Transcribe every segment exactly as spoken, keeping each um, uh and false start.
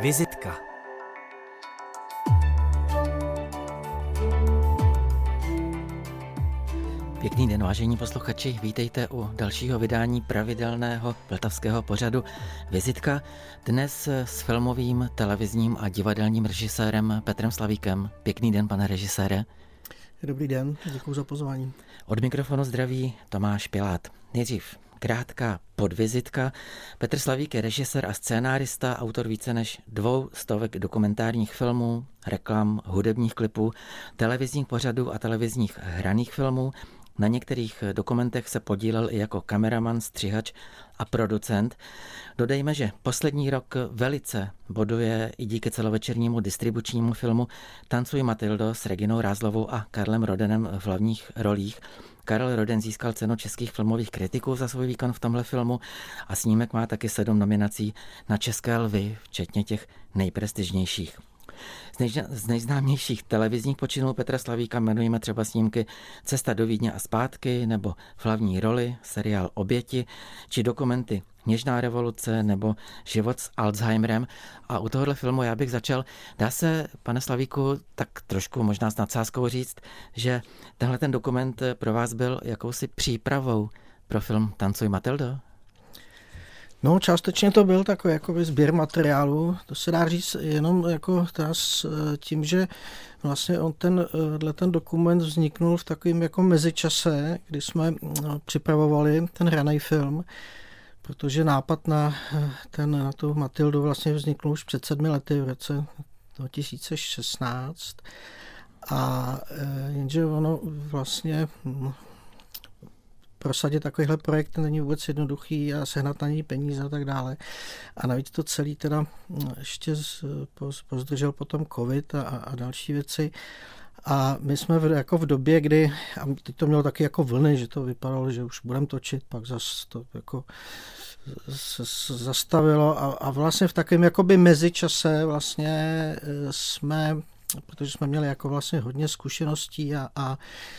Vizitka. Pěkný den, vážení posluchači, vítejte u dalšího vydání pravidelného vltavského pořadu Vizitka. Dnes s filmovým, televizním a divadelním režisérem Petrem Slavíkem. Pěkný den, pane režisére. Dobrý den, děkuji za pozvání. Od mikrofonu zdraví Tomáš Pilát. Nejdřív krátká podvizitka. Petr Slavík je režisér a scénárista, autor více než dvou stovek dokumentárních filmů, reklam, hudebních klipů, televizních pořadů a televizních hraných filmů. Na některých dokumentech se podílel i jako kameraman, střihač a producent. Dodejme, že poslední rok velice boduje i díky celovečernímu distribučnímu filmu Tancuj Matildo s Reginou Rázlovou a Karlem Rodenem v hlavních rolích. Karel Roden získal cenu českých filmových kritiků za svůj výkon v tomhle filmu a snímek má taky sedm nominací na České lvy, včetně těch nejprestižnějších. Z nejznámějších televizních počinů Petra Slavíka jmenujeme třeba snímky Cesta do Vídně a zpátky nebo v hlavní roli seriál Oběti či dokumenty Něžná revoluce nebo Život s Alzheimerem. A u tohohle filmu já bych začal. Dá se, pane Slavíku, tak trošku možná s nadsázkou říct, že tenhle ten dokument pro vás byl jakousi přípravou pro film Tancuj Matildo? No, částečně to byl takový jakoby sběr materiálu, to se dá říct jenom jako s tím, že vlastně on ten, ten dokument vzniknul v takovém jako mezičase, kdy jsme připravovali ten hraný film, protože nápad na, ten, na tu Matildu vlastně vznikl už před sedmi lety v roce dva tisíce šestnáct a jenže ono vlastně prosadit takovýhle projekt není vůbec jednoduchý a sehnat na něj peníze a tak dále. A navíc to celý teda ještě pozdržel potom covid a, a další věci. A my jsme v, jako v době, kdy, a teď to mělo taky jako vlny, že to vypadalo, že už budeme točit, pak zase to jako zastavilo a, a vlastně v takovém jakoby mezičase vlastně jsme, protože jsme měli jako vlastně hodně zkušeností a, a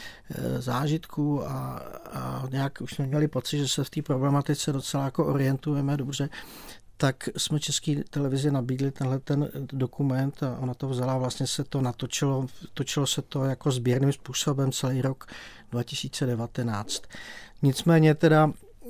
zážitků a, a nějak už jsme měli pocit, že se v té problematice docela jako orientujeme dobře, tak jsme České televizi nabídli tenhle ten dokument a ona to vzala, vlastně se to natočilo, točilo se to jako sběrným způsobem celý rok dva tisíce devatenáct. Nicméně teda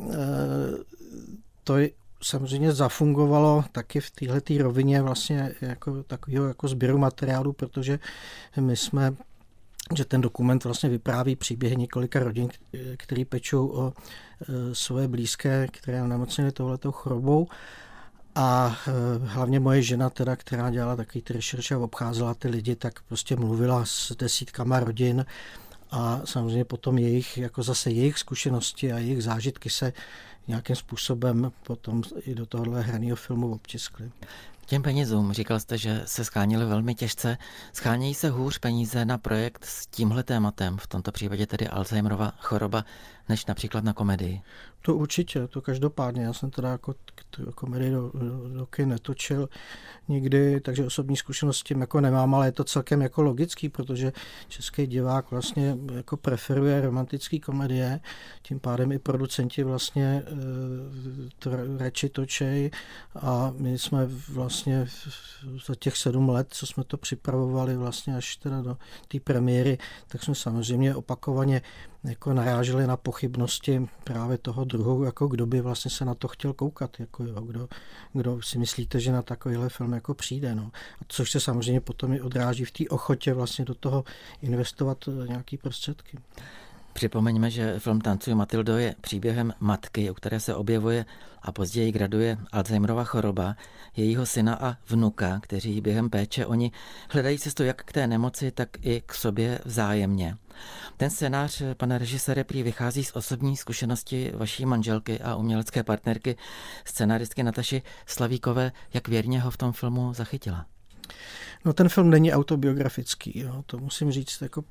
to samozřejmě zafungovalo taky v téhletý rovině vlastně jako takového jako sběru materiálu, protože my jsme že ten dokument vlastně vypráví příběhy několika rodin, který pečou o svoje blízké, které onemocněly touhletou chorobou. A hlavně moje žena, teda, která dělala takový ty rešerše a obcházela ty lidi, tak prostě mluvila s desítkama rodin a samozřejmě potom jejich, jako zase jejich zkušenosti a jejich zážitky se nějakým způsobem potom i do tohohle hraného filmu obtiskly. Těm penězům, říkal jste, že se schánily velmi těžce. Schánějí se hůř peníze na projekt s tímhle tématem, v tomto případě tedy Alzheimerova choroba, než například na komedii? To určitě, to každopádně. Já jsem teda jako komedii do, do, do kin netočil nikdy, takže osobní zkušenosti tím jako nemám, ale je to celkem jako logický, protože český divák vlastně jako preferuje romantické komedie, tím pádem i producenti vlastně e, radši točej a my jsme vlastně za těch sedm let, co jsme to připravovali vlastně až teda do té premiéry, tak jsme samozřejmě opakovaně jako naráželi na pochybnosti právě toho druhou, jako kdo by vlastně se na to chtěl koukat, jako jo, kdo, kdo si myslíte, že na takovýhle film jako přijde. No. A což se samozřejmě potom i odráží v té ochotě vlastně do toho investovat nějaký prostředky. Připomeňme, že film Tancuj Matildo je příběhem matky, u které se objevuje a později graduje Alzheimerova choroba, jejího syna a vnuka, kteří během péče oni hledají cestu jak k té nemoci, tak i k sobě vzájemně. Ten scénář, pane režisére, prý vychází z osobní zkušenosti vaší manželky a umělecké partnerky, scenáristky Nataši Slavíkové. Jak věrně ho v tom filmu zachytila? No, ten film není autobiografický, jo, to musím říct, jako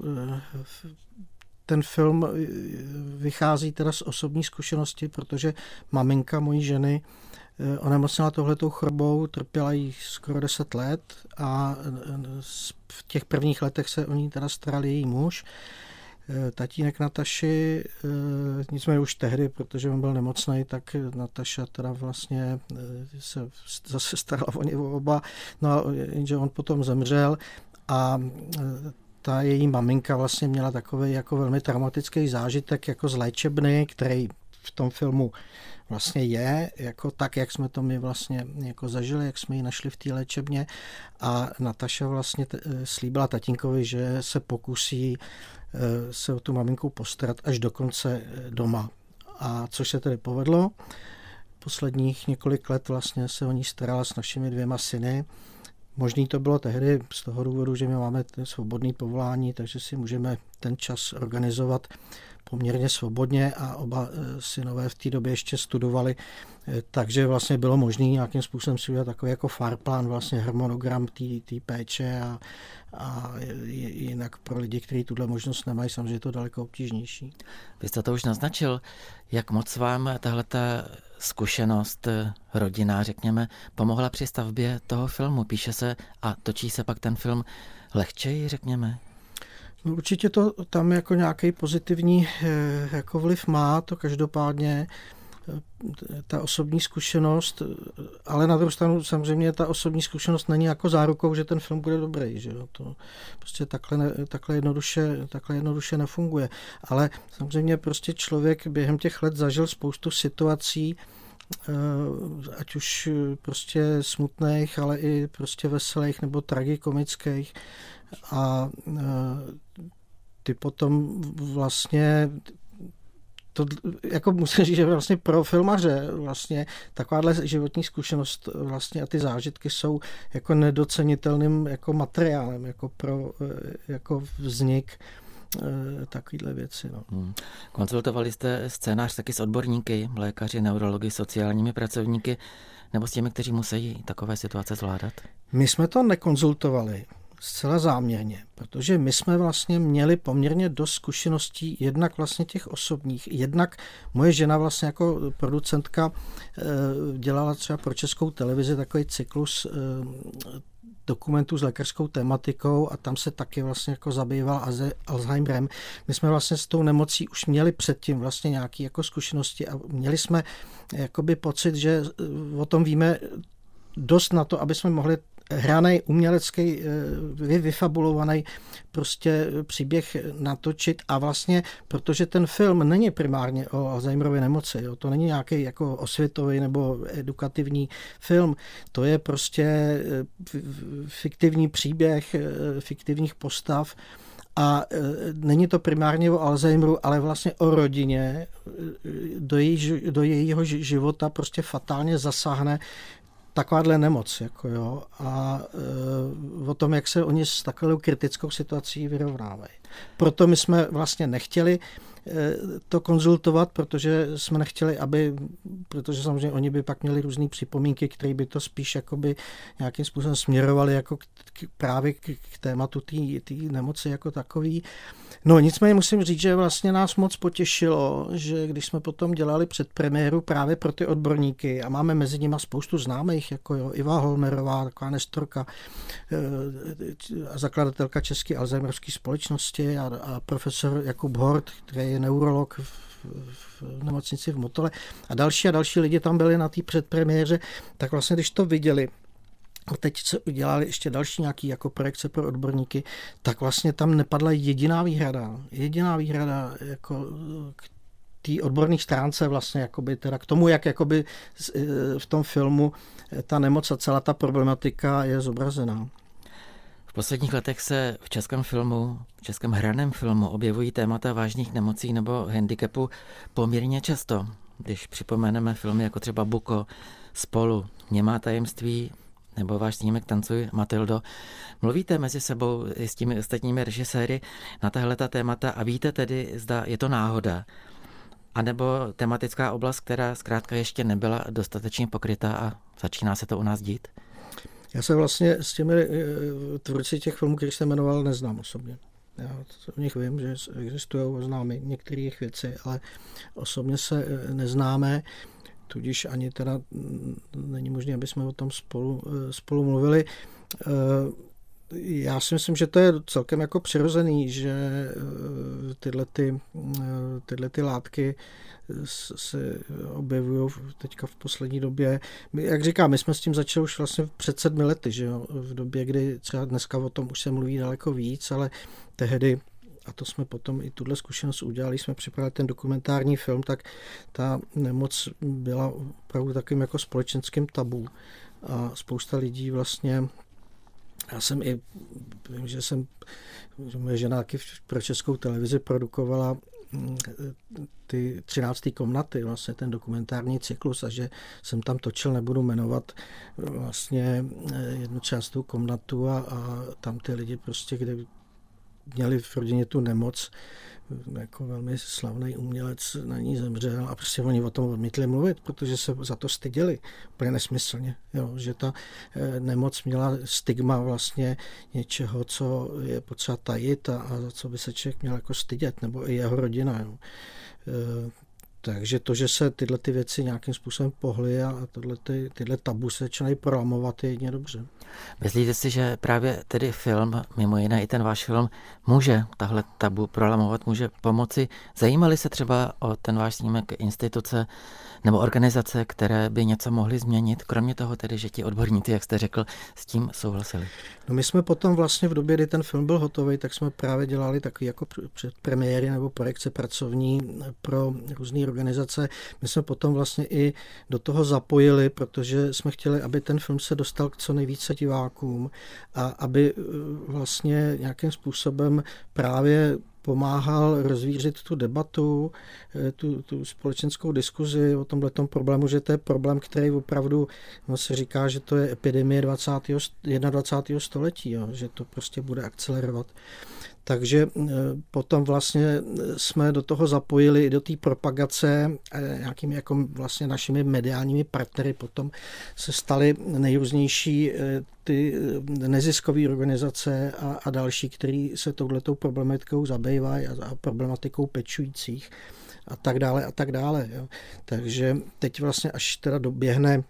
ten film vychází teda z osobní zkušenosti, protože maminka mojí ženy onemocněla touhletou chorobou, trpěla jí skoro deset let a v těch prvních letech se o ní teda staral její muž. Tatínek Nataši, nicméně už tehdy, protože on byl nemocný, tak Nataša teda vlastně se zase starala o ně oba, no a jenže on potom zemřel a ta její maminka vlastně měla takový jako velmi traumatický zážitek jako z léčebny, který v tom filmu vlastně je, jako tak, jak jsme to my vlastně jako zažili, jak jsme ji našli v té léčebně a Nataša vlastně t- slíbila tatínkovi, že se pokusí se o tu maminku postarat až do konce doma. A což se tedy povedlo. Posledních několik let vlastně se o ní starala s našimi dvěma syny. Možný to bylo tehdy z toho důvodu, že my máme svobodné povolání, takže si můžeme ten čas organizovat poměrně svobodně a oba synové v té době ještě studovali, takže vlastně bylo možné nějakým způsobem si udělat takový jako farplán, vlastně harmonogram té péče a, a jinak pro lidi, kteří tuhle možnost nemají, samozřejmě je to daleko obtížnější. Vy jste to už naznačil, jak moc vám tahleta zkušenost rodinná, řekněme, pomohla při stavbě toho filmu. Píše se a točí se pak ten film lehčeji, řekněme? No, určitě to tam jako nějaký pozitivní jako vliv má, to každopádně ta osobní zkušenost, ale na druhou stranu samozřejmě ta osobní zkušenost není jako zárukou, že ten film bude dobrý, že jo? To prostě takhle, ne, takhle, jednoduše, takhle jednoduše nefunguje. Ale samozřejmě prostě člověk během těch let zažil spoustu situací, ať už prostě smutných, ale i prostě veselých nebo tragikomických. A ty potom vlastně to, jako musím říct, že vlastně pro filmaře vlastně takováhle životní zkušenost vlastně a ty zážitky jsou jako nedocenitelným jako materiálem jako pro jako vznik takovýhle věci. No. Hmm. Konzultovali jste scénář taky s odborníky, lékaři, neurology, sociálními pracovníky, nebo s těmi, kteří musí takové situace zvládat? My jsme to nekonzultovali zcela záměrně, protože my jsme vlastně měli poměrně dost zkušeností, jednak vlastně těch osobních, jednak moje žena vlastně jako producentka dělala třeba pro Českou televizi takový cyklus dokumentů s lékařskou tematikou a tam se taky vlastně jako zabýval Alzheimerem. My jsme vlastně s tou nemocí už měli předtím vlastně nějaké jako zkušenosti a měli jsme jakoby pocit, že o tom víme dost na to, aby jsme mohli hranej, umělecký, vyfabulovaný prostě příběh natočit a vlastně, protože ten film není primárně o Alzheimerově nemoci, jo, to není nějaký jako osvětový nebo edukativní film, to je prostě fiktivní příběh fiktivních postav a není to primárně o Alzheimeru, ale vlastně o rodině, do, její, do jejího života prostě fatálně zasáhne takováhle nemoc, jako jo, a e, o tom, jak se oni s takovou kritickou situací vyrovnávají. Proto my jsme vlastně nechtěli e, to konzultovat, protože jsme nechtěli, aby, protože samozřejmě oni by pak měli různý připomínky, které by to spíš jakoby nějakým způsobem směrovali jako k, k, právě k, k tématu té nemoci jako takový. No nicméně musím říct, že vlastně nás moc potěšilo, že když jsme potom dělali předpremiéru právě pro ty odborníky a máme mezi nimi spoustu známých, jako jo, Iva Holmerová, taková nestorka, a zakladatelka České alzheimerovské společnosti a, a profesor Jakub Hort, který je neurolog v, v nemocnici v Motole a další a další lidi tam byli na té předpremiéře, tak vlastně když to viděli, a teď se udělali ještě další nějaký jako projekce pro odborníky, tak vlastně tam nepadla jediná výhrada. Jediná výhrada jako k té odborné stránce vlastně jakoby teda k tomu, jak jakoby v tom filmu ta nemoc a celá ta problematika je zobrazená. V posledních letech se v českém filmu, v českém hraném filmu objevují témata vážných nemocí nebo handicapu poměrně často. Když připomeneme filmy jako třeba Buko, Spolu, Němá tajemství, nebo váš snímek Tancuj, Matildo. Mluvíte mezi sebou i s těmi ostatními režiséry na tahleta témata a víte tedy, zda je to náhoda, anebo tematická oblast, která zkrátka ještě nebyla dostatečně pokrytá a začíná se to u nás dít? Já se vlastně s těmi tvůrci těch filmů, který jste jmenoval, neznám osobně. Já o nich vím, že existují, známe některé jejich věci, ale osobně se neznáme. Tudíž ani teda není možné, aby jsme o tom spolu, spolu mluvili. Já si myslím, že to je celkem jako přirozený, že tyhle, ty, tyhle ty látky se objevují teďka v poslední době. Jak říkám, my jsme s tím začali už vlastně před sedmi lety, že jo? V době, kdy třeba dneska o tom už se mluví daleko víc, ale tehdy, a to jsme potom i tuhle zkušenost udělali, jsme připravili ten dokumentární film, tak ta nemoc byla opravdu takovým jako společenským tabu. A spousta lidí vlastně, já jsem i, vím, že jsem, že moje žena taky pro Českou televizi produkovala ty třinácté komnaty, vlastně ten dokumentární cyklus, a že jsem tam točil, nebudu jmenovat vlastně jednu část komnatu a, a tam ty lidi prostě, kde měli v rodině tu nemoc, jako velmi slavný umělec na ní zemřel a prostě oni o tom odmítli mluvit, protože se za to styděli. Úplně nesmyslně, jo, že ta nemoc měla stigma vlastně něčeho, co je potřeba tajit a, a za co by se člověk měl jako stydět, nebo i jeho rodina. Jo. Takže to, že se tyhle ty věci nějakým způsobem pohly a tohle ty, tyhle tabu se začínají prolamovat, je jedině dobře. Myslíte si, že právě tedy film, mimo jiné i ten váš film, může tahle tabu prolamovat, může pomoci? Zajímali se třeba o ten váš snímek instituce nebo organizace, které by něco mohly změnit, kromě toho tedy, že ti odborníci, jak jste řekl, s tím souhlasili? No my jsme potom vlastně v době, kdy ten film byl hotový, tak jsme právě dělali takový jako předpremiéry nebo projekce pracovní pro různé organizace. My jsme potom vlastně i do toho zapojili, protože jsme chtěli, aby ten film se dostal k co nejvíce divákům a aby vlastně nějakým způsobem právě pomáhal rozvířit tu debatu, tu, tu společenskou diskuzi o tomhletom problému, že to je problém, který opravdu, no se říká, že to je epidemie dvacátého jednadvacátého století, jo, že to prostě bude akcelerovat. Takže potom vlastně jsme do toho zapojili i do té propagace nějakými jako vlastně našimi mediálními partnery. Potom se staly nejrůznější ty neziskové organizace a, a další, který se touhletou problematikou zabývají a, a problematikou pečujících a tak dále a tak dále. Jo. Takže teď vlastně až teda doběhne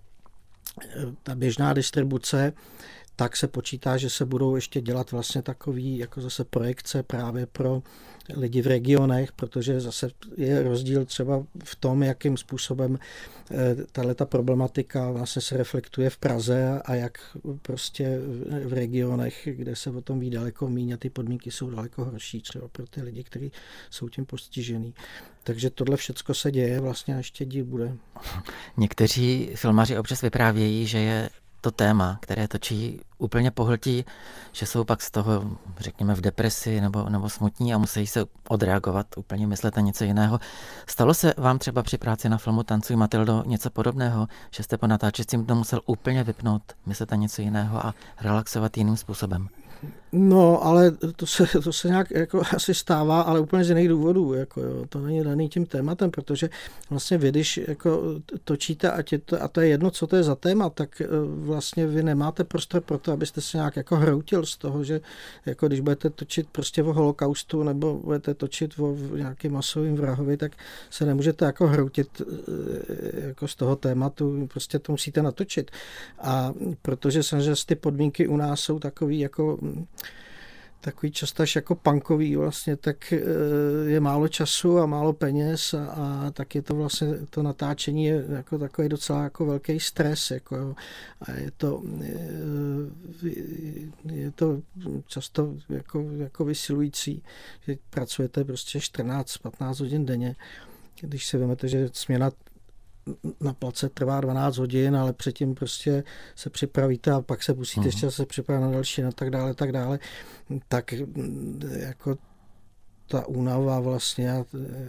ta běžná distribuce, tak se počítá, že se budou ještě dělat vlastně takový jako zase projekce právě pro lidi v regionech, protože zase je rozdíl třeba v tom, jakým způsobem tahleta problematika vlastně se reflektuje v Praze a jak prostě v regionech, kde se o tom ví daleko míň a ty podmínky jsou daleko horší třeba pro ty lidi, kteří jsou tím postižený. Takže tohle všecko se děje vlastně a ještě díl bude. Někteří filmaři občas vyprávějí, že je to téma, které točí, úplně pohltí, že jsou pak z toho, řekněme, v depresi nebo, nebo smutní a musí se odreagovat, úplně myslet na něco jiného. Stalo se vám třeba při práci na filmu Tancuj, Matyldo něco podobného, že jste po natáčecím to musel úplně vypnout, myslet na něco jiného a relaxovat jiným způsobem? No, ale to se, to se nějak jako asi stává, ale úplně z jiných důvodů. Jako jo. To není daný tím tématem, protože vlastně vy, když jako točíte, a, to, a to je jedno, co to je za téma, tak vlastně vy nemáte prostor pro to, abyste se nějak jako hroutil z toho, že jako když budete točit prostě o holokaustu nebo budete točit o nějakým masovým vrahovi, tak se nemůžete jako hroutit jako z toho tématu, prostě to musíte natočit. A protože samozřejmě ty podmínky u nás jsou takový jako takový často až jako punkový vlastně, tak je málo času a málo peněz a, a tak je to vlastně, to natáčení je jako takový docela jako velký stres, jako, a je to je, je to často jako, jako vysilující, že pracujete prostě čtrnáct patnáct hodin denně, když si vezmete, že směna na place trvá dvanáct hodin, ale předtím prostě se připravíte a pak se musíte ještě se připravit na další a tak dále, tak dále. Tak jako ta únava vlastně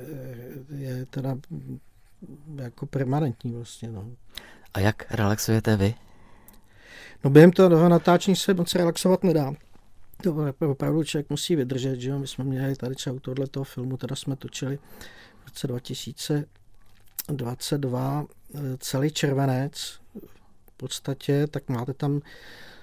je teda jako permanentní vlastně. No. A jak relaxujete vy? No během toho natáčení se moc relaxovat nedá. To opravdu člověk musí vydržet, že jo? My jsme měli tady třeba u tohoto filmu, teda jsme točili v roce dva tisíce dvacet dva celý červenec v podstatě, tak máte tam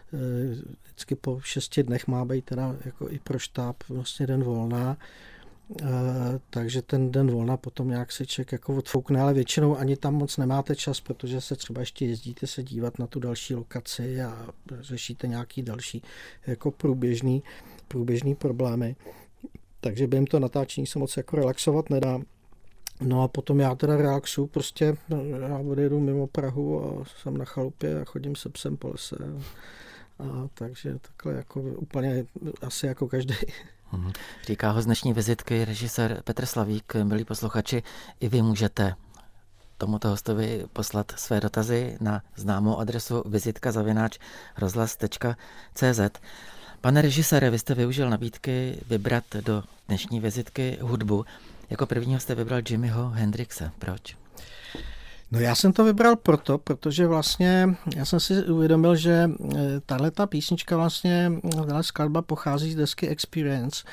vždycky po šesti dnech má být teda jako i pro štáb vlastně den volná takže ten den volna potom nějak se člověk jako odfoukne, ale většinou ani tam moc nemáte čas, protože se třeba ještě jezdíte se dívat na tu další lokaci a řešíte nějaký další jako průběžný, průběžný problémy. Takže během to natáčení se moc jako relaxovat nedá. No a potom já teda relaxu, prostě já odjedu mimo Prahu a jsem na chalupě a chodím se psem po lese. A takže takhle jako úplně asi jako každý. Hmm. Říká ho z dnešní vizitky režisér Petr Slavík. Milí posluchači, i vy můžete tomuto hostovi poslat své dotazy na známou adresu vizitka zavináč rozhlas tečka cé zet. Pane režisére, vy jste využil nabídky vybrat do dnešní vizitky hudbu. Jako prvního jste vybral Jimiho Hendrixe. Proč? No já jsem to vybral proto, protože vlastně já jsem si uvědomil, že tahleta písnička vlastně, tahle skladba pochází z desky Experience,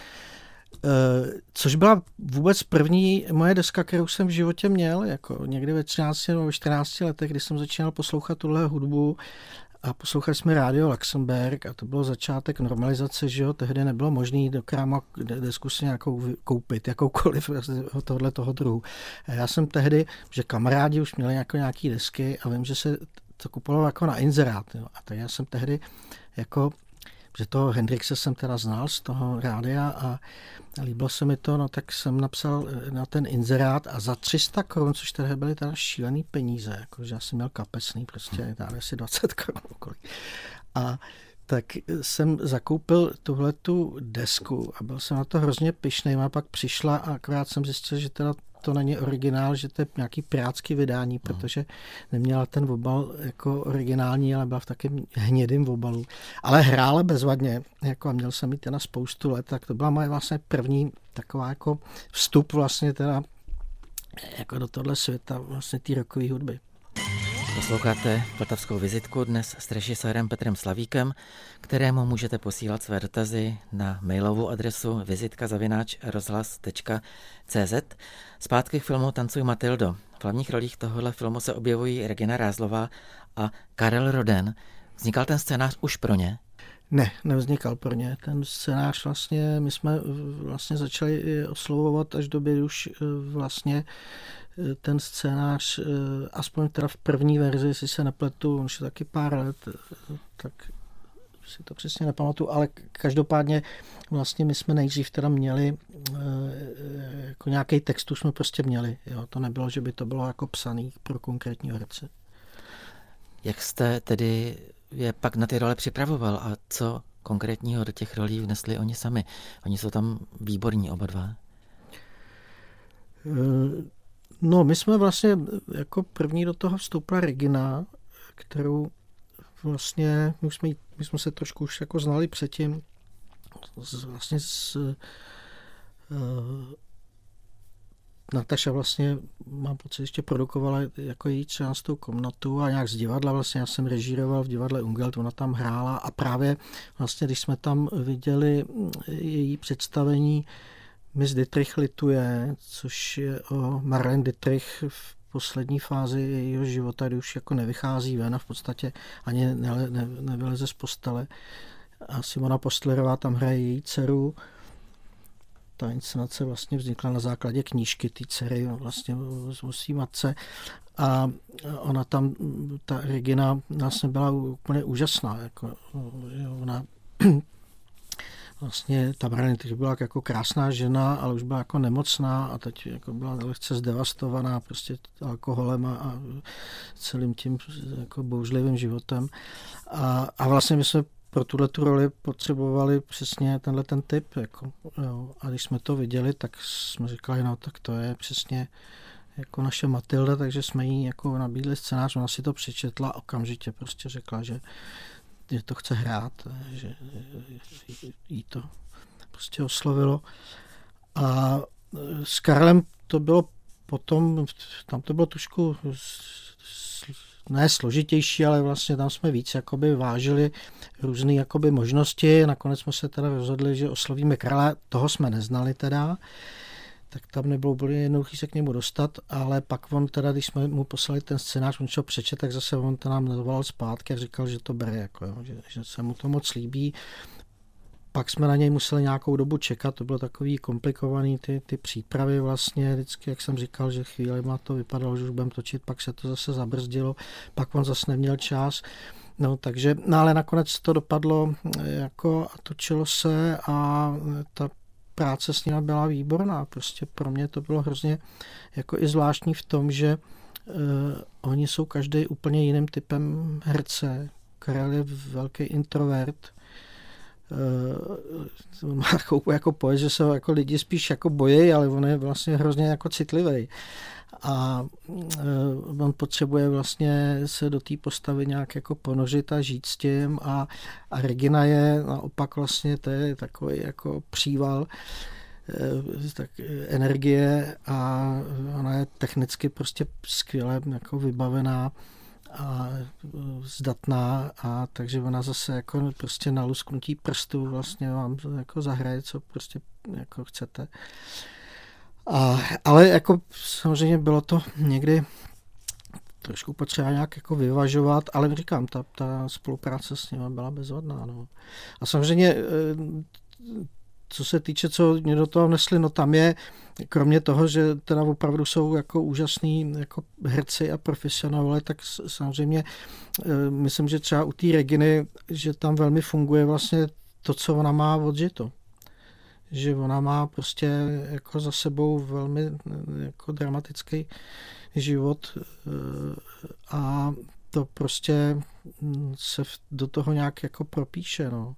což byla vůbec první moje deska, kterou jsem v životě měl, jako někdy ve třinácti nebo čtrnácti letech, kdy jsem začínal poslouchat tuhle hudbu a poslouchali jsme rádio Luxemburg a to bylo začátek normalizace, že jo, tehdy nebylo možné do krámu desku si nějakou koupit, jakoukoliv tohle toho druhu. A já jsem tehdy, že kamarádi už měli jako nějaký desky a vím, že se to kupovalo jako na inzerát, jo. A tak já jsem tehdy jako, že toho Hendrixe jsem teda znal z toho rádia a líbilo se mi to, no tak jsem napsal na ten inzerát a za tři sta korun, což tehdy byly teda šílený peníze, jakože já jsem měl kapesný, prostě dále asi dvacet korun okolí. A tak jsem zakoupil tuhletu desku a byl jsem na to hrozně pyšnej, a pak přišla a akorát jsem zjistil, že teda to není originál, že to je nějaký pirátský vydání, protože neměla ten obal jako originální, ale byla v takém hnědým obalu. Ale hrála bezvadně, jako a měl jsem ji teda spoustu let, tak to byla moje vlastně první taková jako vstup vlastně teda jako do tohle světa vlastně té rockové hudby. Posloucháte Vltavskou vizitku dnes s režisérem Petrem Slavíkem, kterému můžete posílat své dotazy na mailovou adresu vizitka zavináč rozhlas tečka cé zet. Zpátky k filmu Tancuj Matildo. V hlavních rolích tohohle filmu se objevují Regina Rázlová a Karel Roden. Vznikal ten scénář už pro ně? Ne, nevznikal pro ně. Ten scénář vlastně, my jsme vlastně začali oslovovat až do doby už vlastně ten scénář, aspoň teda v první verzi, jestli se nepletu, už je taky pár let, tak si to přesně nepamatuju, ale každopádně vlastně my jsme nejdřív teda měli jako nějaký text, už jsme prostě měli. Jo. To nebylo, že by to bylo jako psaný pro konkrétní herce. Jak jste tedy je pak na ty role připravoval a co konkrétního do těch rolí vnesli oni sami? Oni jsou tam výborní oba dva. No, my jsme vlastně jako první do toho vstoupila Regina, kterou vlastně, my jsme, my jsme se trošku už jako znali předtím, vlastně s uh, Nataša vlastně, mám pocit, ještě produkovala jako její třináctou komnatu a nějak z divadla, vlastně já jsem režíroval v divadle Ungelt, ona tam hrála a právě vlastně, když jsme tam viděli její představení Miss Dietrich lituje, což je o Marlene Dietrich v poslední fázi jejího života, kdy už jako nevychází ven a v podstatě ani ne, ne, nevyleze z postele. A Simona Postlerová tam hraje její dceru. Ta inscenace vlastně vznikla na základě knížky té dcery vlastně o svý matce. A ona tam, ta Regina vlastně byla úplně úžasná. Jako, ona vlastně ta Marlene byla jako krásná žena, ale už byla jako nemocná a teď jako byla lehce zdevastovaná prostě alkoholem a, a celým tím jako bouřlivým životem. A, a vlastně my jsme pro tuhletu roli potřebovali přesně tenhle ten typ. Jako, jo. A když jsme to viděli, tak jsme říkali, no tak to je přesně jako naše Matilda, takže jsme jí jako nabídli scénář, ona si to přečetla a okamžitě prostě řekla, že že to chce hrát, že jí to prostě oslovilo. A s Karlem to bylo potom, tam to bylo trošku ne složitější, ale vlastně tam jsme víc jakoby vážili různé jakoby možnosti. Nakonec jsme se teda rozhodli, že oslovíme Karla, toho jsme neznali teda, tak tam nebylo úplně jednoduchý se k němu dostat, ale pak on teda, když jsme mu poslali ten scénář, on šel přečet, tak zase on to nám zavolal zpátky a říkal, že to bere, jako, jo, že, že se mu to moc líbí. pak jsme na něj museli nějakou dobu čekat, to bylo takový komplikovaný, ty, ty přípravy vlastně, vždycky, jak jsem říkal, že chvíli má to vypadalo, že už budeme točit, pak se to zase zabrzdilo, pak on zase neměl čas, no takže, no ale nakonec to dopadlo jako a točilo se a ta práce s ním byla výborná, prostě pro mě to bylo hrozně jako i zvláštní v tom, že uh, oni jsou každý úplně jiným typem herce. Karel je velký introvert, uh, má jako, jako pojď, že se jako lidi spíš jako bojí, ale on je vlastně hrozně jako citlivý. A uh, on potřebuje vlastně se do té postavy nějak jako ponořit a žít s tím a, a Regina je naopak vlastně to je takový jako příval uh, tak energie a ona je technicky prostě skvěle jako vybavená a zdatná a takže ona zase jako prostě na lusknutí prstů vlastně vám jako zahraje, co prostě jako chcete. A, ale jako samozřejmě bylo to někdy trošku potřeba nějak jako vyvažovat, ale říkám, ta, ta spolupráce s nimi byla bezvadná. No. A samozřejmě, co se týče, co mě do toho vnesli, no tam je, kromě toho, že teda opravdu jsou jako úžasný jako herci a profesionálové, tak samozřejmě myslím, že třeba u té Reginy, že tam velmi funguje vlastně to, co ona má odžito. Že ona má prostě jako za sebou velmi jako dramatický život a to prostě se do toho nějak jako propíše, no.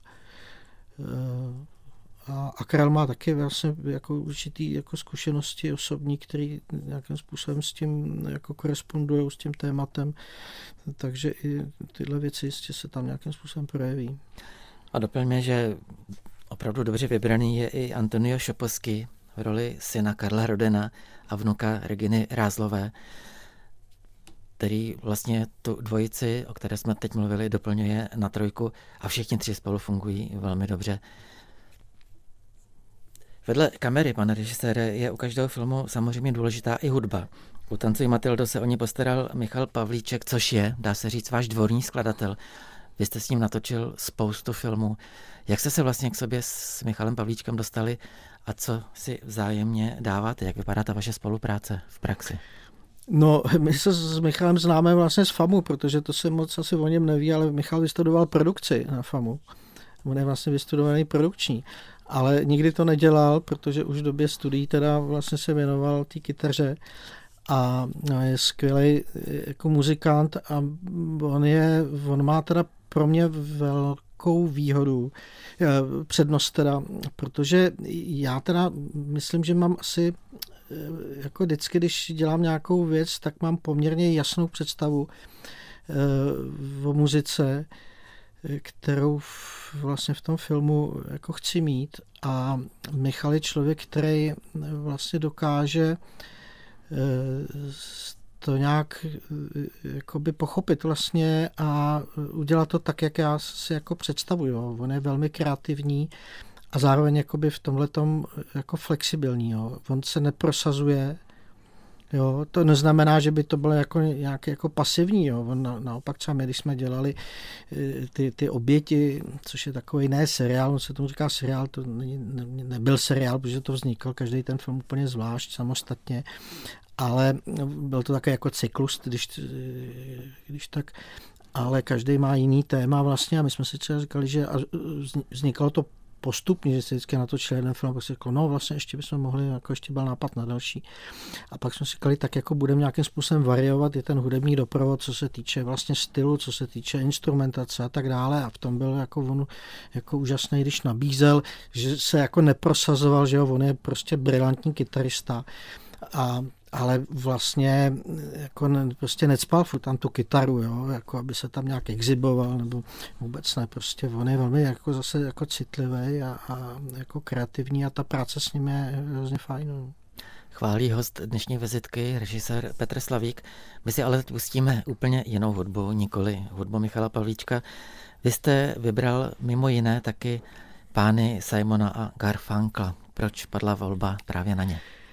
A, a Karel má taky vlastně jako určitý jako zkušenosti osobní, které nějakým způsobem s tím jako korespondují s tím tématem, takže i tyhle věci jistě se tam nějakým způsobem projeví. A doplňme, že opravdu dobře vybraný je i Antonio Šoposky v roli syna Karla Rodena a vnuka Reginy Rázlové, který vlastně tu dvojici, o které jsme teď mluvili, doplňuje na trojku a všichni tři spolu fungují velmi dobře. Vedle kamery, pane režisére, je u každého filmu samozřejmě důležitá i hudba. U Tancuj Matildo se o ní postaral Michal Pavlíček, což je, dá se říct, váš dvorní skladatel. Vy jste s ním natočil spoustu filmů. Jak jste se vlastně k sobě s Michalem Pavlíčkem dostali a co si vzájemně dáváte? Jak vypadá ta vaše spolupráce v praxi? No, my se s Michalem známe vlastně z FAMu, protože to se moc asi o něm neví, ale Michal vystudoval produkci na FAMu. On je vlastně vystudovaný produkční, ale nikdy to nedělal, protože už v době studií teda vlastně se věnoval té kytaře a je skvělý jako muzikant a on, je, on má teda pro mě velkou výhodu, přednost teda, protože já teda myslím, že mám asi jako vždycky, když dělám nějakou věc, tak mám poměrně jasnou představu o muzice, kterou vlastně v tom filmu jako chci mít a Michal je člověk, který vlastně dokáže to nějak jakoby pochopit vlastně a udělat to tak, jak já si jako představuju. On je velmi kreativní a zároveň jakoby v tomhletom jako flexibilní. Jo. On se neprosazuje. Jo, to neznamená, že by to bylo jako nějaké jako pasivní. Jo. On na, naopak třeba my, když jsme dělali ty, ty oběti, což je takový ne seriál, on se tomu říká seriál, to ne, ne, nebyl seriál, protože to vznikl každý ten film úplně zvlášť, samostatně, ale byl to takový jako cyklus, když, když tak, ale každý má jiný téma vlastně a my jsme si třeba říkali, že vznikalo to postupně, že se vždycky natočil jeden film, pak si řekl, no vlastně ještě bychom mohli, jako ještě byl nápad na další. A pak jsme si říkali, tak jako budeme nějakým způsobem variovat i ten hudební doprovod, co se týče vlastně stylu, co se týče instrumentace a tak dále. A v tom byl jako on jako úžasný, když nabízel, že se jako neprosazoval, že jo, on je prostě brilantní kytarista. A ale vlastně jako ne, prostě necpal furt tam tu kytaru, jo, jako aby se tam nějak exiboval, nebo vůbec ne, prostě on je velmi jako zase jako citlivý a, a jako kreativní a ta práce s ním je hrozně fajn. No. Chválí host dnešní vizitky, režisér Petr Slavík. My si ale pustíme úplně jinou hudbu, nikoli hudbu Michala Pavlíčka. Vy jste vybral mimo jiné taky pány Simona a Garfunkla. Proč padla volba právě na ně?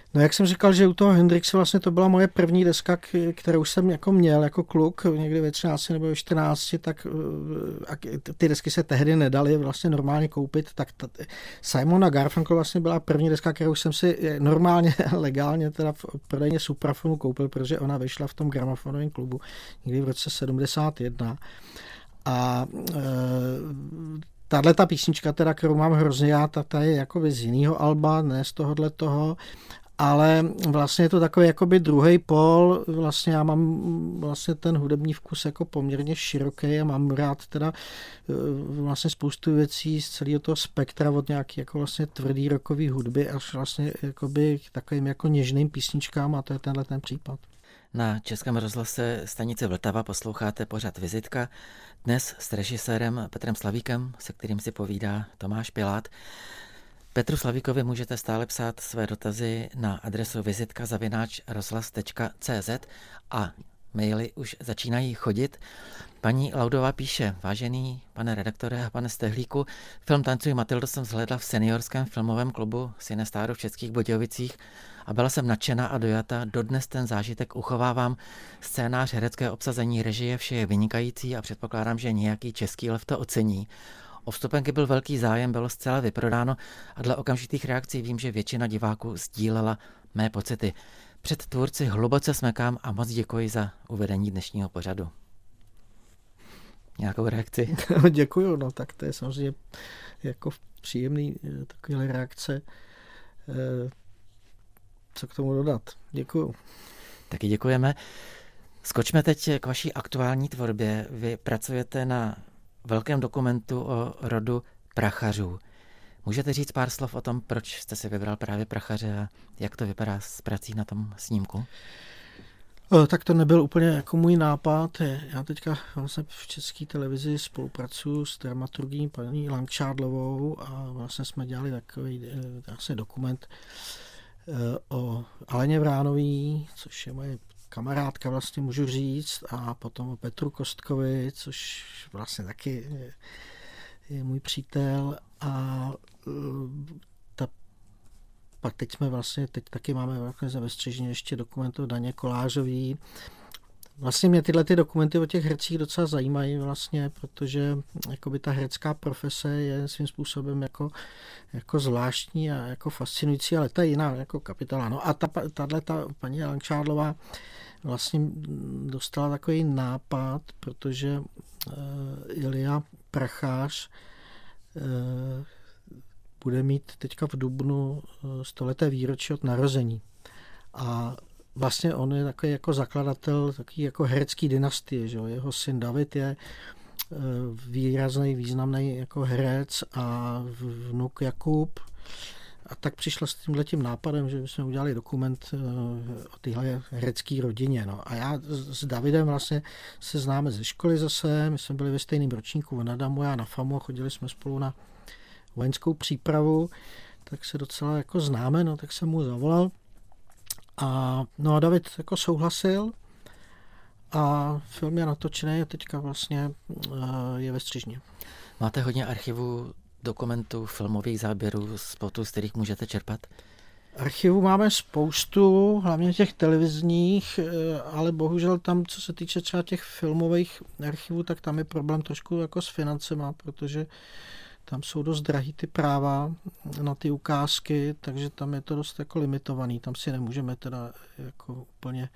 No jak jsem říkal, že u toho Hendrixe vlastně to byla moje první deska, kterou jsem jako měl jako kluk, někdy ve třinácti nebo ve čtrnácti, tak a ty desky se tehdy nedaly vlastně normálně koupit, tak ta, Simon a Garfunkel vlastně byla první deska, kterou jsem si normálně, legálně teda v prodejně Suprafonu koupil, protože ona vyšla v tom gramofonovém klubu někdy v roce sedmdesát jedna. A e, tahle ta písnička, teda, kterou mám hrozně já, ta, ta je jakoby z jiného alba, ne z tohohle toho, ale vlastně je to takový jakoby druhý pól, vlastně já mám vlastně ten hudební vkus jako poměrně široký a mám rád teda vlastně spoustu věcí z celého toho spektra od nějaký jako vlastně tvrdý rockový hudby až vlastně jakoby k takovým jako něžným písničkám a to je tenhle ten případ. Na Českém rozhlase stanice Vltava posloucháte pořad Vizitka. Dnes s režisérem Petrem Slavíkem, se kterým si povídá Tomáš Pilát. Petru Slavíkovi můžete stále psát své dotazy na adresu vizitka zavináč rozhlas tečka cé zet a maily už začínají chodit. Paní Laudová píše: vážený pane redaktore a pane Stehlíku, film Tancuj Matildo jsem zhlédla v seniorském filmovém klubu Cinestáru v Českých Budějovicích a byla jsem nadšená a dojata. Dodnes ten zážitek uchovávám. Scénář, herecké obsazení, režie, vše je vynikající a předpokládám, že nějaký český lev to ocení. O vstupenky byl velký zájem, bylo zcela vyprodáno a dle okamžitých reakcí vím, že většina diváků sdílela mé pocity. Před tvůrci hluboce smekám a moc děkuji za uvedení dnešního pořadu. Nějakou reakci? Děkuju, no tak to je samozřejmě jako příjemný takovýhle reakce. Co k tomu dodat? Děkuju. Taky děkujeme. Skočme teď k vaší aktuální tvorbě. Vy pracujete na velkém dokumentu o rodu Prachařů. Můžete říct pár slov o tom, proč jste si vybral právě Prachaře a jak to vypadá s prací na tom snímku? O, tak to nebyl úplně jako můj nápad. Já teďka vlastně v České televizi spolupracuji s dramaturgí paní Langšádlovou a vlastně jsme dělali takový vlastně dokument o Aleně Vránový, což je moje kamarádka, vlastně můžu říct, a potom o Petru Kostkovi, což vlastně taky je, je můj přítel. A ta, pak teď jsme vlastně, teď taky máme vlastně ve střežině ještě dokument o Daně Kolářový. Vlastně mě tyhle ty dokumenty o těch hercích docela zajímají vlastně, protože jakoby ta herecká profese je svým způsobem jako, jako zvláštní a jako fascinující, ale ta je jiná jako kapitola. No a ta, tahle ta paní Langšádlová vlastně dostala takový nápad, že uh, Ilja Prachař uh, bude mít teďka v dubnu stoleté výročí od narození. A vlastně on je takový jako zakladatel takový jako herecký dynastie, že? Jeho syn David je výrazný, významný jako herec a vnuk Jakub. A tak přišla s tímhletím nápadem, že jsme udělali dokument o téhle herecké rodině. No. A já s Davidem vlastně se známe ze školy zase, my jsme byli ve stejném ročníku na Damu, já na FAMu, chodili jsme spolu na vojenskou přípravu, tak se docela jako známe, no, tak jsem mu zavolal. A, no a David jako souhlasil a film je natočený a teďka vlastně je ve střižně. Máte hodně archivů, dokumentů, filmových záběrů, spotů, z kterých můžete čerpat? Archivů máme spoustu, hlavně těch televizních, ale bohužel tam, co se týče třeba těch filmových archivů, tak tam je problém trošku jako s financema, protože tam jsou dost drahý ty práva na ty ukázky, takže tam je to dost jako limitovaný. Tam si nemůžeme teda jako úplně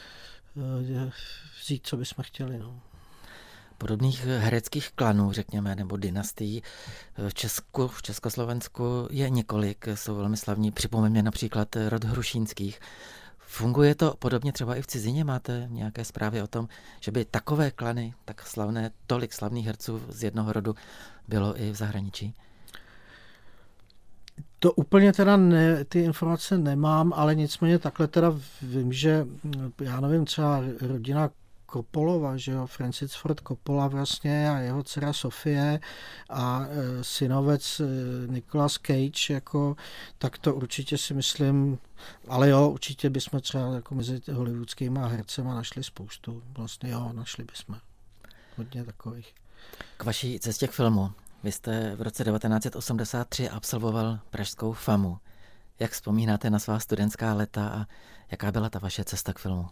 vzít, co bychom chtěli. No. Podobných hereckých klanů, řekněme, nebo dynastií v Česku, v Československu je několik, jsou velmi slavní. Připomeňme například rod Hrušínských. Funguje to podobně třeba i v cizině? Máte nějaké zprávy o tom, že by takové klany, tak slavné, tolik slavných herců z jednoho rodu bylo i v zahraničí? To úplně teda ne, ty informace nemám, ale nicméně takhle teda vím, že já nevím, třeba rodina Coppolova, že jo, Francis Ford Coppola vlastně a jeho dcera Sofie a e, synovec e, Nicolas Cage, jako, tak to určitě si myslím, ale jo, určitě bychom třeba jako mezi hollywoodskýma hercema našli spoustu, vlastně jo, našli bychom hodně takových. K vaší cestě k filmu. Vy jste v roce devatenáct set osmdesát tři absolvoval pražskou FAMu. Jak vzpomínáte na svá studentská léta a jaká byla ta vaše cesta k filmu?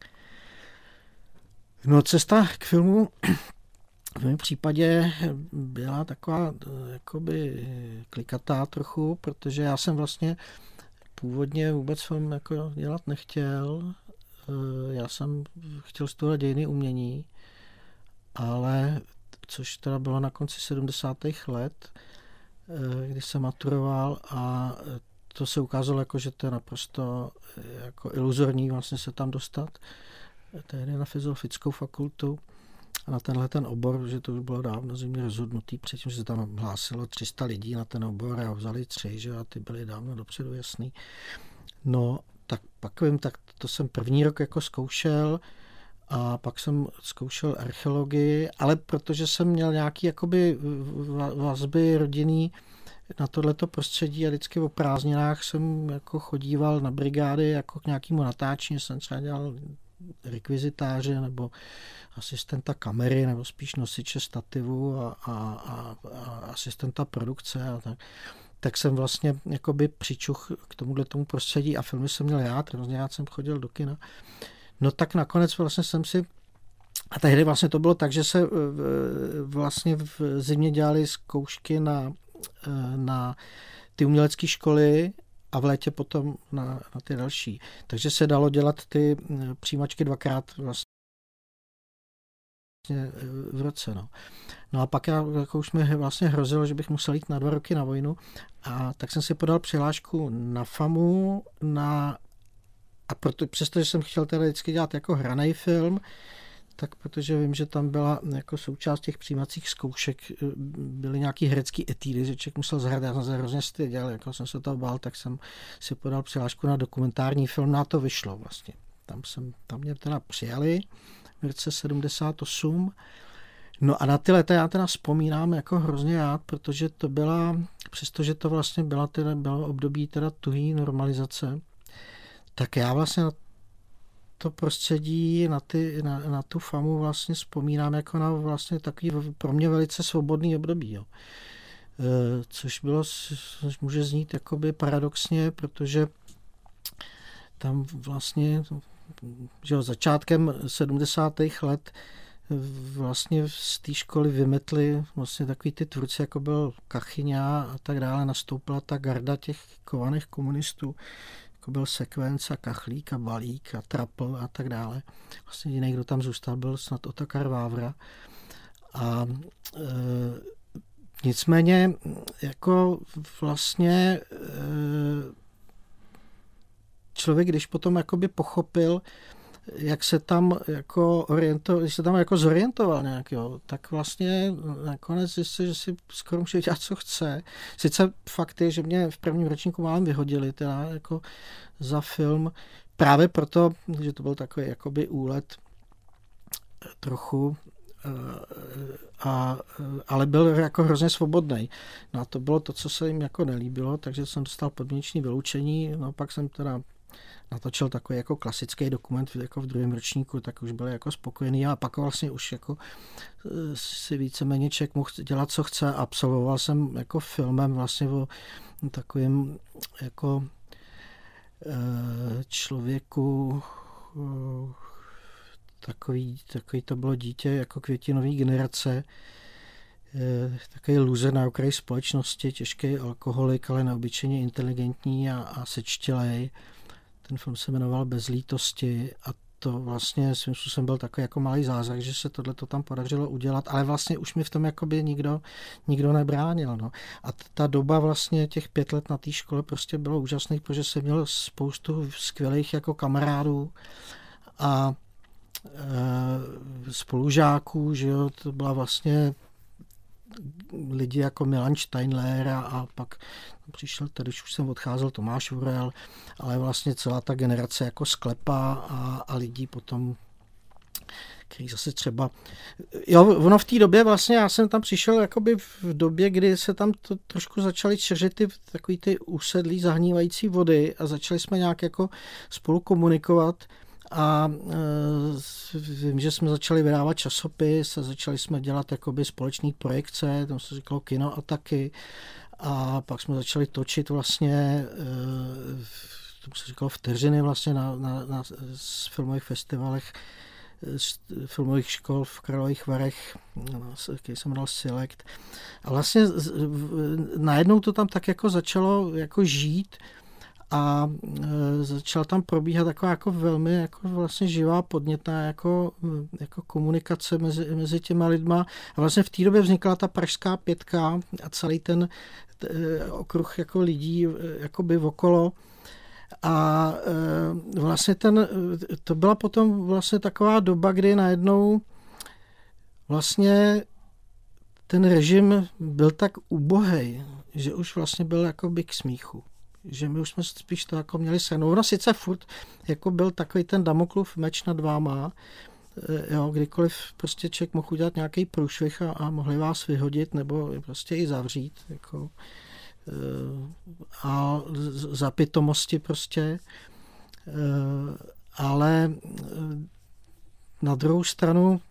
No, cesta k filmu v mém případě byla taková jakoby klikatá trochu, protože já jsem vlastně původně vůbec film jako dělat nechtěl. Já jsem chtěl studovat dějiny umění, ale což teda bylo na konci sedmdesátých let, když jsem maturoval, a to se ukázalo jako, že to je naprosto jako iluzorní vlastně se tam dostat. Tehdy na filozofickou fakultu a na tenhle ten obor, že to už bylo dávno zimě rozhodnutý, předtím se tam hlásilo tři sta lidí na ten obor a vzali tři, že a ty byly dávno dopředu jasný. No, tak pak vím, tak to jsem první rok jako zkoušel a pak jsem zkoušel archeologii, ale protože jsem měl nějaký jakoby vazby rodinný na tohleto prostředí a vždycky o prázdninách jsem jako chodíval na brigády jako k nějakému natáčení, jsem třeba dělal rekvizitáře nebo asistenta kamery nebo spíš nosiče stativu a, a, a, a asistenta produkce a tak. Tak jsem vlastně jakoby přičuch k tomuhle tomu prostředí a filmy jsem měl já, hrozně rád jsem chodil do kina. No tak nakonec vlastně jsem si, a tehdy vlastně to bylo tak, že se vlastně v zimě dělali zkoušky na, na ty umělecké školy a v létě potom na, na ty další. Takže se dalo dělat ty přijímačky dvakrát vlastně v roce. No. No a pak já, jako už mi vlastně hrozilo, že bych musel jít na dva roky na vojnu, a tak jsem si podal přihlášku na FAMu, na, a proto, přestože jsem chtěl teda vždycky dělat jako hranej film, tak protože vím, že tam byla jako součást těch přijímacích zkoušek, byly nějaký herecký etídy, že člověk musel zahrát, já jsem se hrozně styděl, jako jsem se toho bál, tak jsem si podal přihlášku na dokumentární film, na to vyšlo vlastně. Tam, jsem, tam mě teda přijali v roce sedmdesát osm. No a na ty leta já teda vzpomínám jako hrozně rád, protože to byla, přestože to vlastně byla teda, bylo období teda tuhý normalizace, tak já vlastně na to prostředí, na, ty, na, na tu FAMu vlastně vzpomínám jako na vlastně takový pro mě velice svobodný období. Jo. E, což bylo, což může znít jakoby paradoxně, protože tam vlastně že jo, začátkem sedmdesátých let vlastně z té školy vymetli vlastně takový ty tvůrci, jako byl Kachyňa a tak dále, nastoupila ta garda těch kovaných komunistů, jako byl Sekvenc a Kachlík a Balík a Trapl a tak dále. Vlastně jediný, kdo tam zůstal, byl snad Otakar Vávra. A e, nicméně jako vlastně e, člověk, když potom jakoby pochopil, jak se tam jako orientoval, když se tam jako zorientoval nějak, jo, tak vlastně nakonec zjistil, že si skoro může dělat, co chce. Sice fakt je, že mě v prvním ročníku málem vyhodili teda jako za film, právě proto, že to byl takový jakoby úlet trochu, a, ale byl jako hrozně svobodný. No a to bylo to, co se jim jako nelíbilo, takže jsem dostal podmínečné vyloučení, no pak jsem teda natočil takový jako klasický dokument jako v druhém ročníku, tak už byli jako spokojený a pak vlastně už jako si víceméně člověk mohl dělat, co chce. Absolvoval jsem jako filmem vlastně o takovým jako člověku, takový, takový to bylo dítě jako květinový generace, takový loser na okraji společnosti, těžký alkoholik, ale neobyčejně inteligentní a, a sečtělej. Ten film se jmenoval Bez lítosti a to vlastně svým způsobem byl takový jako malý zázrak, že se tohle to tam podařilo udělat, ale vlastně už mi v tom jakoby nikdo, nikdo nebránil. No. A ta doba vlastně těch pět let na té škole prostě bylo úžasný, protože jsem měl spoustu skvělých jako kamarádů a e, spolužáků, že jo, to byla vlastně lidi jako Milan Steinler a, a pak přišel, tady už jsem odcházel Tomáš Vurel, ale vlastně celá ta generace jako Sklepa a, a lidí potom, který zase třeba... Jo, ono v té době vlastně, já jsem tam přišel jakoby v době, kdy se tam to trošku začaly čeřit ty takový ty usedlý zahnívající vody a začali jsme nějak jako spolu komunikovat. A e, vím, že jsme začali vydávat časopis a začali jsme dělat jakoby společný projekce, tam se říkalo Kino a taky. A pak jsme začali točit vlastně, tomu se říkalo vteřiny vlastně na, na, na filmových festivalech, z filmových škol v Karlových Varech, který jsem dal Select. A vlastně najednou to tam tak jako začalo jako žít a začala tam probíhat taková jako velmi jako vlastně živá, podnětná jako, jako komunikace mezi, mezi těma lidma. A vlastně v té době vznikla ta Pražská pětka a celý ten okruh jako lidí jakoby okolo. A vlastně ten, to byla potom vlastně taková doba, kdy najednou vlastně ten režim byl tak ubohej, že už vlastně byl jakoby k smíchu. Že my už jsme spíš to jako měli senu. Ono sice furt jako byl takový ten Damoklův meč nad váma, jo, kdykoliv prostě člověk mohl udělat nějaký průšvih a, a mohli vás vyhodit nebo prostě i zavřít. Jako, a za pitomosti prostě. Ale na druhou stranu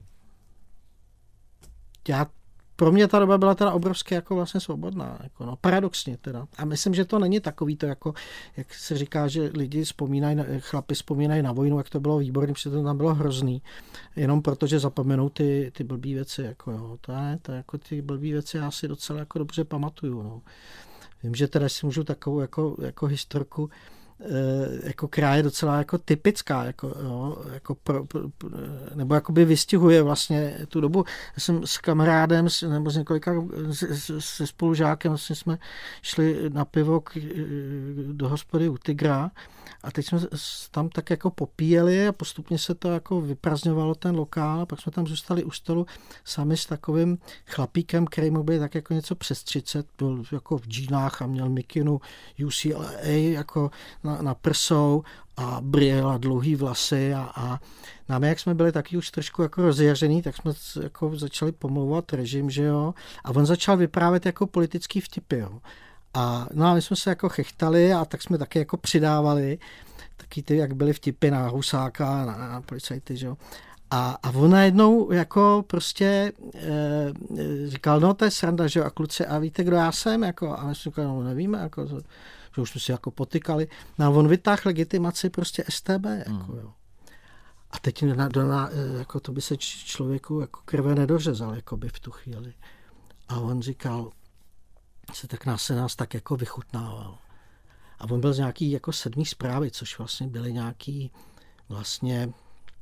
já, pro mě ta doba byla teda obrovsky jako vlastně svobodná. Jako no, paradoxně teda. A myslím, že to není takový to, jako, jak se říká, že lidi vzpomínají, chlapi vzpomínají na vojnu, jak to bylo výborný, protože to tam bylo hrozný. Jenom proto, že zapomenou ty, ty blbý věci. Jako, jo, to ne, to jako ty blbý věci já si docela jako dobře pamatuju. No. Vím, že teda si můžu takovou jako, jako historku, jako která je docela jako typická, jako, jo, jako pro, pro, nebo jakoby vystihuje vlastně tu dobu. Já jsem s kamarádem nebo s několika se spolužákem vlastně jsme šli na pivo k, do hospody u Tygra a teď jsme tam tak jako popíjeli a postupně se to jako vyprazňovalo ten lokál a pak jsme tam zůstali u stolu sami s takovým chlapíkem, který mu byl tak jako něco přes třicet, byl jako v džínách a měl mikinu U C L A jako na, na prsou a brýle a dlouhý vlasy a, a nám, jak jsme byli taky už trošku jako rozjařený, tak jsme jako začali pomlouvat režim, že jo, a on začal vyprávět jako politický vtipy, jo. A, no a my jsme se jako chechtali a tak jsme taky jako přidávali taky ty, jak byly vtipy na Husáka, na, na policajty, že jo. A, a on najednou jako prostě e, říkal, no to je sranda, že jo, a kluci, a víte, kdo já jsem, jako, a my jsme říkali, no nevíme, jako, že už jsme si jako potykali. No a on vytáhl legitimaci prostě S T B, jako jo. A teď na, na, jako to by se člověku jako krve nedořezal, jako by v tu chvíli. A on říkal, se tak nás, se nás tak jako vychutnával. A on byl z nějaký jako sedmý zprávy, což vlastně byly nějaký vlastně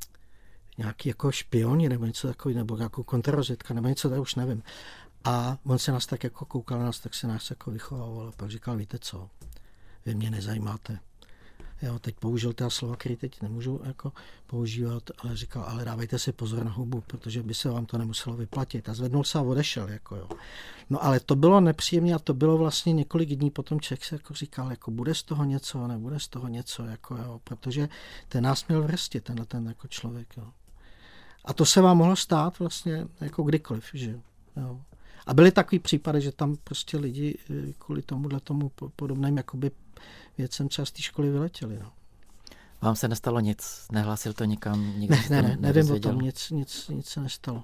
nějaký jako špioni nebo něco takový, nebo nějakou kontrarozvědka, nebo něco, tak už nevím. A on se nás tak jako koukal na nás, tak se nás jako vychovával. A pak říkal, víte co, vy mě nezajímáte. Jo, teď použil ta slova, které teď nemůžu jako používat, ale říkal, ale dávejte si pozor na hubu, protože by se vám to nemuselo vyplatit. A zvednul se a odešel. Jako jo. No ale to bylo nepříjemné a to bylo vlastně několik dní potom člověk se jako říkal, jako bude z toho něco, nebude z toho něco, jako jo, protože ten nás měl vrsti, tenhle ten jako člověk. Jo. A to se vám mohlo stát vlastně jako kdykoliv, že jo. A byly takový případy, že tam prostě lidi kvůli tomuhle tomu podobným jakoby věcem třeba z té školy vyletěli. No. Vám se nestalo nic? Nehlásil to nikam? Nikdo ne, ne, ne, nevím o tom, nic, nic, nic se nestalo.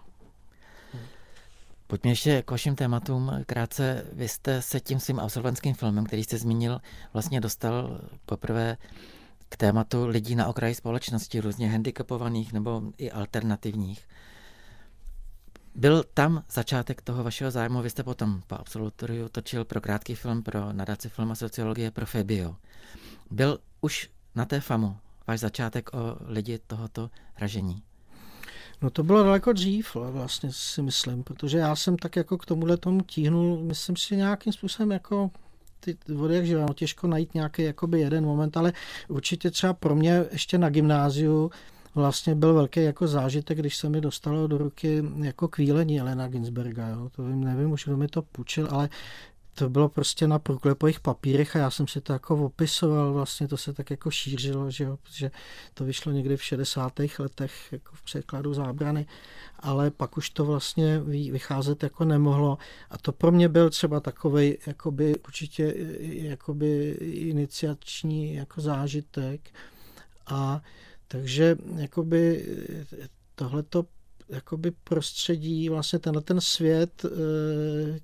Pojďme ještě k vašim tématům. Krátce, vy jste se tím svým absolventským filmem, který jste zmínil, vlastně dostal poprvé k tématu lidí na okraji společnosti, různě handicapovaných nebo i alternativních. Byl tam začátek toho vašeho zájmu, vy jste potom po absolutoriu točil pro krátký film, pro nadaci Film a sociologie, pro Febio. Byl už na té FAMu váš začátek o lidi tohoto ražení? No to bylo daleko dřív, vlastně si myslím, protože já jsem tak jako k tomuhle tomu tíhnul, myslím si nějakým způsobem jako ty vody, jak živá, no těžko najít nějaký jakoby jeden moment, ale určitě třeba pro mě ještě na gymnáziu vlastně byl velký jako zážitek, když se mi dostalo do ruky jako kvílení Elena Ginsberga. Jo. To vím, nevím už, kdo mi to půjčil, ale to bylo prostě na průklepových papírech a já jsem si to jako opisoval, vlastně to se tak jako šířilo, že jo, protože to vyšlo někdy v šedesátých letech jako v překladu Zábrany, ale pak už to vlastně vycházet jako nemohlo a to pro mě byl třeba takovej jakoby určitě jakoby iniciační jako zážitek a takže jakoby tohleto jakoby prostředí, vlastně tenhle ten svět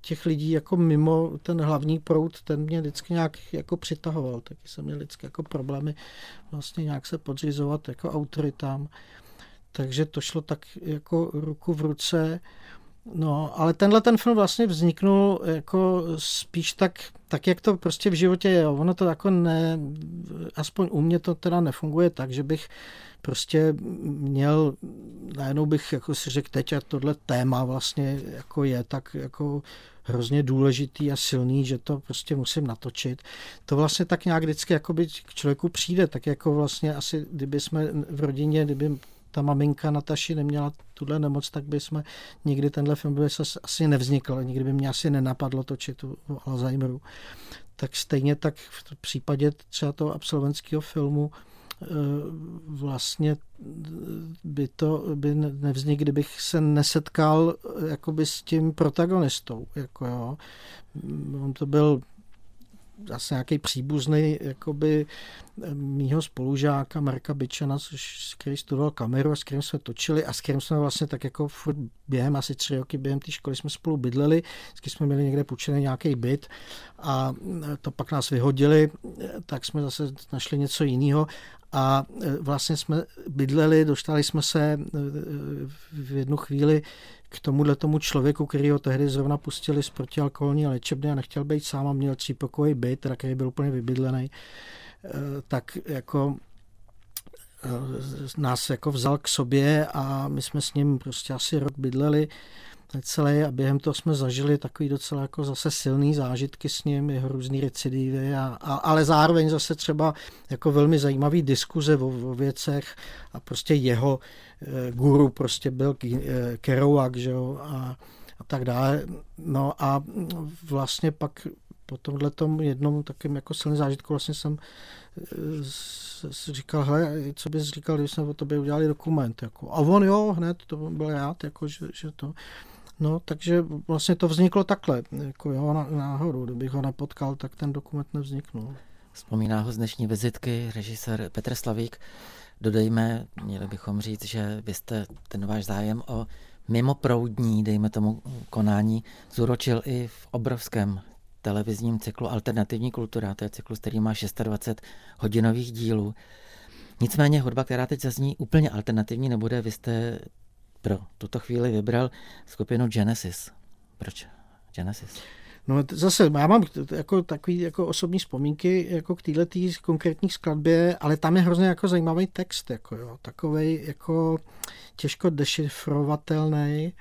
těch lidí jako mimo ten hlavní proud, ten mě vždycky nějak jako přitahoval. Taky jsem měl vždycky jako problémy vlastně nějak se podřizovat jako autoritám. Takže to šlo tak jako ruku v ruce. No, ale tenhle ten film vlastně vzniknul jako spíš tak, tak, jak to prostě v životě je. Ono to jako ne, aspoň u mě to teda nefunguje tak, že bych prostě měl, najednou bych jako si řekl teď, a tohle téma vlastně jako je tak jako hrozně důležitý a silný, že to prostě musím natočit. To vlastně tak nějak vždycky jakoby k člověku přijde, tak jako vlastně asi, kdyby jsme v rodině, kdyby ta maminka Nataši neměla tuhle nemoc, tak by jsme nikdy tenhle film by se asi nevznikl, nikdy by mě asi nenapadlo točit o Alzheimeru. Tak stejně tak v případě třeba toho absolventského filmu vlastně by to by nevznikl, kdybych se nesetkal jakoby s tím protagonistou. Jako jo. On to byl zase nějaký příbuzný jakoby mýho spolužáka Marka Byčana, což, který studoval kameru a s kterým jsme točili a s kterým jsme vlastně tak jako furt během asi tři roky během té školy jsme spolu bydleli, vždycky jsme měli někde půjčený nějaký byt a to pak nás vyhodili, tak jsme zase našli něco jiného a vlastně jsme bydleli, dostali jsme se v jednu chvíli k tomuhle tomu člověku, který ho tehdy zrovna pustili z protialkoholní léčebny a nechtěl být sám a měl třípokojový byt, teda který byl úplně vybydlený, tak jako nás jako vzal k sobě a my jsme s ním prostě asi rok bydleli celý a během toho jsme zažili takový docela jako zase silný zážitky s ním, jeho různý recidivy, a, a, ale zároveň zase třeba jako velmi zajímavý diskuze o, o věcech a prostě jeho e, guru prostě byl e, Kerouac, že jo, a, a tak dále. No a vlastně pak po tomhletom jednom takovým jako silným zážitku vlastně jsem si říkal, hele, co bys říkal, když jsme o tobě udělali dokument. Jako. A on jo, hned, to byl rád, jako, že, že to... No, takže vlastně to vzniklo takhle, jako jo, náhodou, kdybych ho nepotkal, tak ten dokument nevzniknul. Vzpomíná ho z dnešní vizitky režisér Petr Slavík. Dodejme, měli bychom říct, že vy jste ten váš zájem o mimoproudní, dejme tomu, konání zúročil i v obrovském televizním cyklu Alternativní kultura. To je cyklus, který má dvacet šest hodinových dílů. Nicméně hudba, která teď zazní, úplně alternativní nebude. Vy jste pro tuto chvíli vybral skupinu Genesis. Proč Genesis? No zase, já mám jako takový jako osobní vzpomínky jako k této konkrétní skladbě, ale tam je hrozně jako zajímavý text, jako jo, takovej jako těžko dešifrovatelný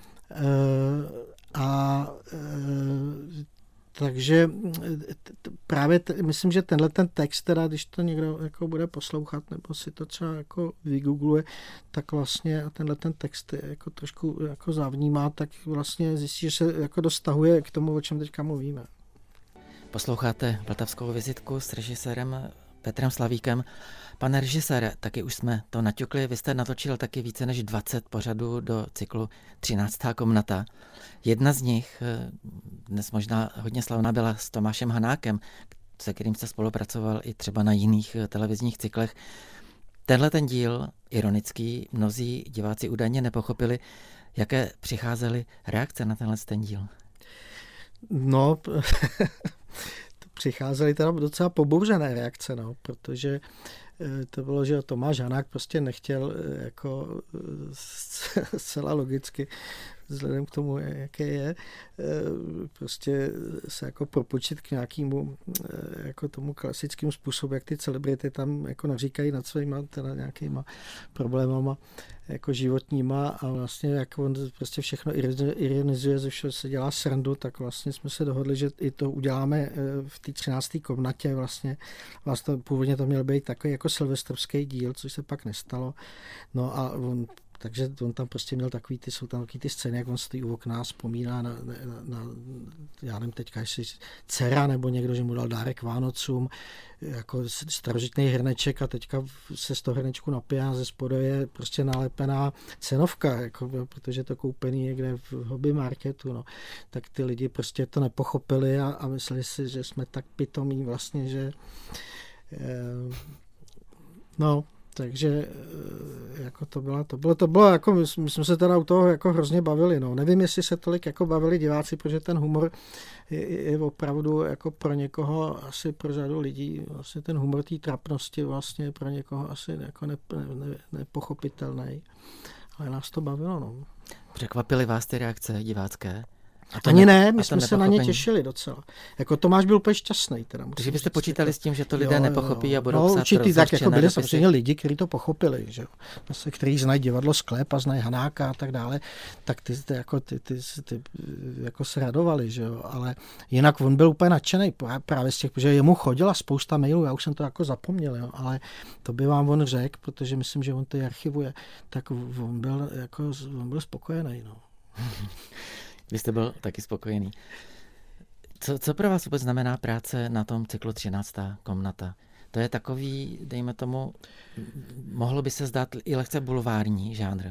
a takže právě t- myslím, že tenhle ten text, teda, když to někdo jako bude poslouchat nebo si to třeba jako vygoogluje, tak vlastně a tenhle ten text jako trošku jako zavnímá, tak vlastně zjistí, že se jako dostahuje k tomu, o čem teďka mluvíme. Posloucháte Vltavskou vizitku s režisérem Petrem Slavíkem. Pane režisére, taky už jsme to naťukli, vy jste natočil taky více než dvacet pořadů do cyklu třináctá komnata. Jedna z nich, dnes možná hodně slavná, byla s Tomášem Hanákem, se kterým jste spolupracoval i třeba na jiných televizních cyklech. Tenhle ten díl, ironický, mnozí diváci údajně nepochopili, jaké přicházely reakce na tenhle ten díl. No, přicházely teda docela pobouřené reakce, no, protože to bylo, že Tomáš Hanák prostě nechtěl jako zcela logicky vzhledem k tomu, jaké je, prostě se jako propočit k nějakému jako tomu klasickému způsobu, jak ty celebrity tam jako naříkají nad svýma teda nějakýma problémama jako životníma a vlastně jak on prostě všechno ironizuje, ze všeho se dělá srandu, tak vlastně jsme se dohodli, že i to uděláme v té třinácté komnatě vlastně. Vlastně původně to měl být takový jako silvestrovský díl, což se pak nestalo. No a on takže on tam prostě měl takový ty, jsou tam takový ty scény, jak on stojí u okna, vzpomíná na, na, na já nevím teďka, jestli dcera nebo někdo, že mu dal dárek Vánocům, jako starožitný hrneček a teďka se z toho hrnečku napije a ze spodu je prostě nalepená cenovka, jako, protože to koupený někde v hobby marketu, no. Tak ty lidi prostě to nepochopili a, a mysleli si, že jsme tak pitomí vlastně, že eh, no, Takže jako to bylo, to bylo, to bylo jako, my jsme se teda u toho jako hrozně bavili, no. Nevím, jestli se tolik jako bavili diváci, protože ten humor je, je opravdu jako pro někoho, asi pro řadu lidí, vlastně ten humor té trapnosti vlastně pro někoho asi jako ne, ne, nepochopitelný. Ale nás to bavilo, no. Překvapily vás ty reakce divácké? Ani ne, my jsme se na ně těšili docela. Jako Tomáš byl úplně šťastný. Teda Takže byste počítali jako, s tím, že to lidé jo, nepochopí a budou no, psát určitý, tak jako byli dopisy. samozřejmě lidi, kteří to pochopili, že jo. Vlastně, kteří znají divadlo Sklep a znají Hanáka a tak dále, tak ty, ty, jako, ty, ty, ty, ty jako se radovali, že jo. Ale jinak on byl úplně nadšený právě z těch, protože jemu chodila spousta mailů, já už jsem to jako zapomněl, jo, ale to by vám on řekl, protože myslím, že on to archivuje, tak on byl, jako, on byl spokojený, no. Vy jste byl taky spokojený. Co, co pro vás vůbec znamená práce na tom cyklu třináctá komnata? To je takový, dejme tomu, mohlo by se zdát i lehce bulvární žánr.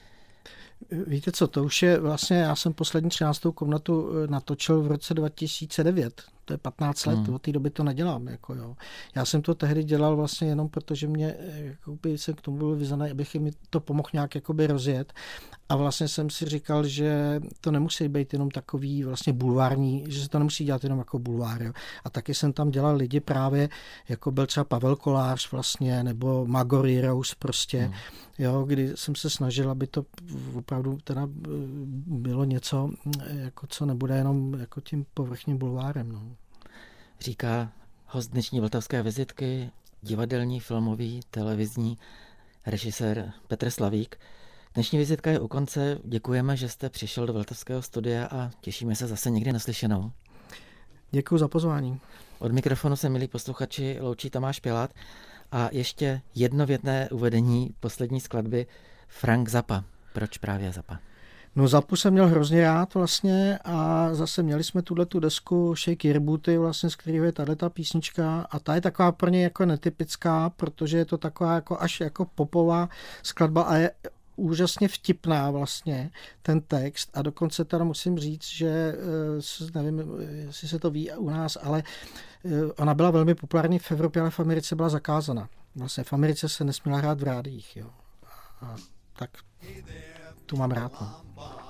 Víte co, to už je vlastně, já jsem poslední třináctou komnatu natočil v roce dva tisíce devět. To je patnáct let, hmm. od té doby to nedělám. Jako jo. Já jsem to tehdy dělal vlastně jenom proto, že mě, jakoby, jsem k tomu byl vyzaný, abych mi to pomohl nějak jakoby rozjet. A vlastně jsem si říkal, že to nemusí být jenom takový vlastně bulvární, že se to nemusí dělat jenom jako bulvár. Jo. A taky jsem tam dělal lidi právě, jako byl třeba Pavel Kolář vlastně, nebo Magor Jirous prostě, hmm. jo, kdy jsem se snažil, aby to opravdu teda bylo něco, jako co nebude jenom jako tím povrchním bulvárem. No. Říká host dnešní Vltavské vizitky, divadelní, filmový, televizní režisér Petr Slavík. Dnešní vizitka je u konce. Děkujeme, že jste přišel do Vltavského studia a těšíme se zase někdy naslyšenou. Děkuji za pozvání. Od mikrofonu se, milí posluchači, loučí Tomáš Pilát a ještě jednovětné uvedení poslední skladby Frank Zappa. Proč právě Zappa? No Zappu jsem měl hrozně rád vlastně a zase měli jsme tuhletu desku Shake Your Booty, vlastně, z kterého je tato písnička a ta je taková pro ně jako netypická, protože je to taková jako až jako popová skladba a je úžasně vtipná vlastně ten text a dokonce teda musím říct, že nevím, jestli se to ví u nás, ale ona byla velmi populární v Evropě, ale v Americe byla zakázána. Vlastně v Americe se nesměla hrát v rádiích, jo. A tak tu mám rád. No.